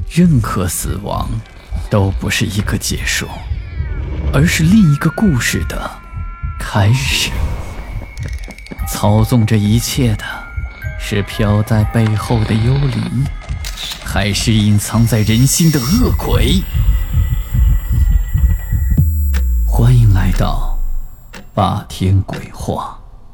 任何死亡都不是一个结束，而是另一个故事的开始。操纵这一切的是飘在背后的幽灵，还是隐藏在人心的恶鬼？欢迎来到霸天鬼话。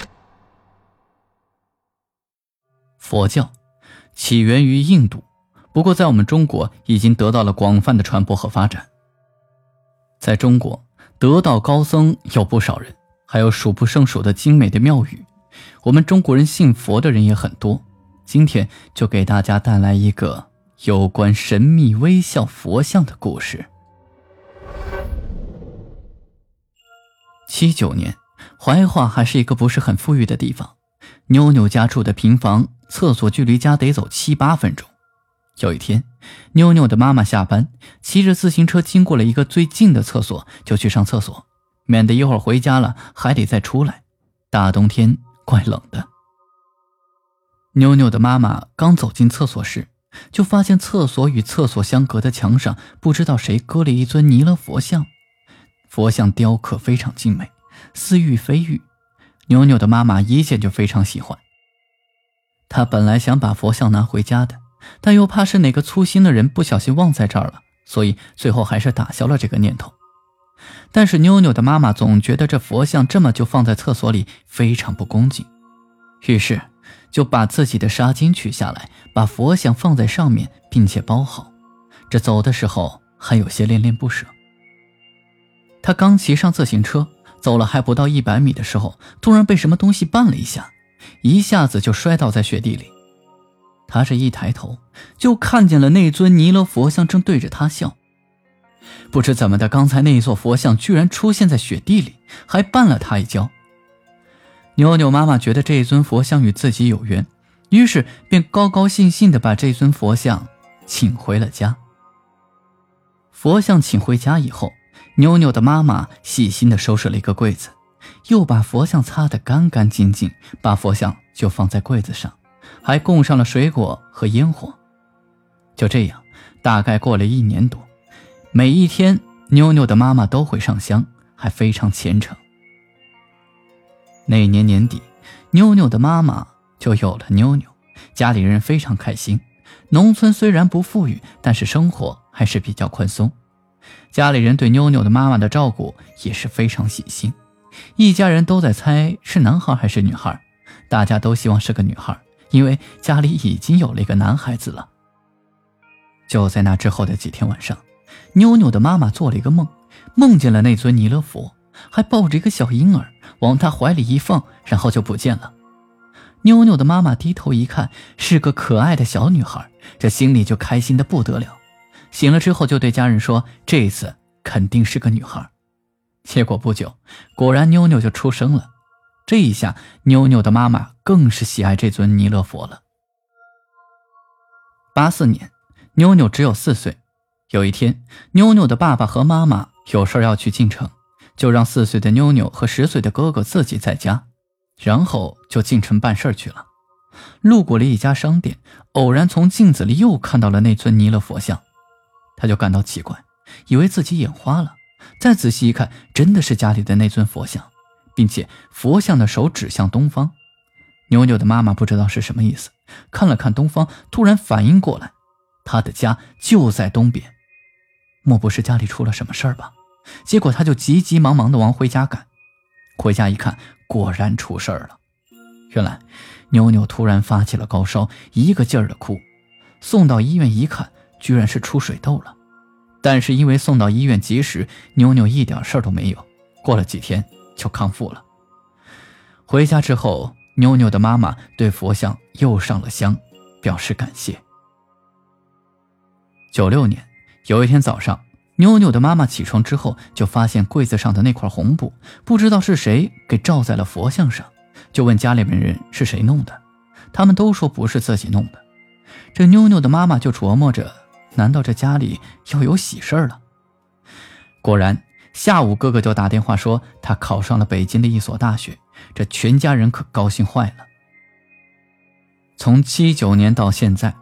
佛教起源于印度，不过在我们中国已经得到了广泛的传播和发展。在中国，得道高僧有不少人，还有数不胜数的精美的庙宇。我们中国人信佛的人也很多，今天就给大家带来一个有关神秘微笑佛像的故事。79年，怀化还是一个不是很富裕的地方，妞妞家住的平房，厕所距离家得走7-8分钟。有一天，妞妞的妈妈下班，骑着自行车经过了一个最近的厕所，就去上厕所，免得一会儿回家了还得再出来。大冬天怪冷的。妞妞的妈妈刚走进厕所时，就发现厕所与厕所相隔的墙上不知道谁搁了一尊弥勒佛像，佛像雕刻非常精美，似玉非玉。妞妞的妈妈一见就非常喜欢。她本来想把佛像拿回家的，但又怕是哪个粗心的人不小心忘在这儿了，所以最后还是打消了这个念头。但是妞妞的妈妈总觉得这佛像这么就放在厕所里非常不恭敬，于是就把自己的纱巾取下来，把佛像放在上面并且包好，这走的时候还有些恋恋不舍。她刚骑上自行车，走了还不到100米的时候，突然被什么东西绊了一下，一下子就摔倒在雪地里。她这一抬头，就看见了那尊弥勒佛像正对着她笑。不知怎么的，刚才那一座佛像居然出现在雪地里，还绊了她一跤。妞妞妈妈觉得这尊佛像与自己有缘，于是便高高兴兴地把这尊佛像请回了家。佛像请回家以后，妞妞的妈妈细心地收拾了一个柜子，又把佛像擦得干干净净，把佛像就放在柜子上，还供上了水果和烟火。就这样，大概过了1年多，每一天妞妞的妈妈都会上香，还非常虔诚。那年年底，妞妞的妈妈就有了妞妞，家里人非常开心。农村虽然不富裕，但是生活还是比较宽松。家里人对妞妞的妈妈的照顾也是非常细心，一家人都在猜是男孩还是女孩，大家都希望是个女孩，因为家里已经有了一个男孩子了。就在那之后的几天晚上，妞妞的妈妈做了一个梦，梦见了那尊弥勒佛，还抱着一个小婴儿往她怀里一放，然后就不见了。妞妞的妈妈低头一看，是个可爱的小女孩，这心里就开心得不得了。醒了之后就对家人说，这次肯定是个女孩。结果不久，果然妞妞就出生了。这一下，妞妞的妈妈更是喜爱这尊弥勒佛了。84年，妞妞只有4岁。有一天，妞妞的爸爸和妈妈有事要去进城，就让4岁的妞妞和10岁的哥哥自己在家，然后就进城办事去了。路过了一家商店，偶然从镜子里又看到了那尊弥勒佛像，他就感到奇怪，以为自己眼花了，再仔细一看，真的是家里的那尊佛像，并且佛像的手指向东方。妞妞的妈妈不知道是什么意思，看了看东方，突然反应过来，她的家就在东边，莫不是家里出了什么事儿吧？结果她就急急忙忙地往回家赶。回家一看，果然出事儿了。原来妞妞突然发起了高烧，一个劲儿地哭，送到医院一看，居然是出水痘了。但是因为送到医院及时，妞妞一点事儿都没有，过了几天就康复了。回家之后，妞妞的妈妈对佛像又上了香，表示感谢。96年，有一天早上，妞妞的妈妈起床之后，就发现柜子上的那块红布，不知道是谁给罩在了佛像上，就问家里面人是谁弄的，他们都说不是自己弄的。这妞妞的妈妈就琢磨着，难道这家里要有喜事了？果然，下午哥哥就打电话说他考上了北京的一所大学，这全家人可高兴坏了。从79年到现在，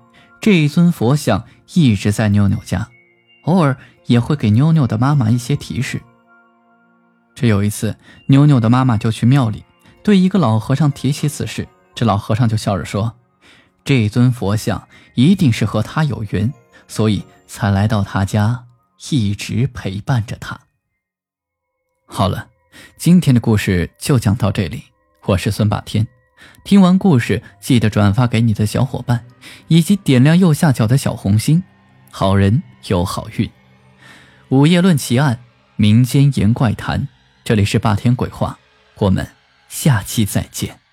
这一尊佛像一直在妞妞家，偶尔也会给妞妞的妈妈一些提示。这有一次，妞妞的妈妈就去庙里，对一个老和尚提起此事，这老和尚就笑着说，这尊佛像一定是和他有缘，所以才来到他家，一直陪伴着他。好了，今天的故事就讲到这里，我是孙霸天。听完故事记得转发给你的小伙伴，以及点亮右下角的小红心，好人有好运。午夜论奇案，民间言怪谈，这里是霸天鬼话，我们下期再见。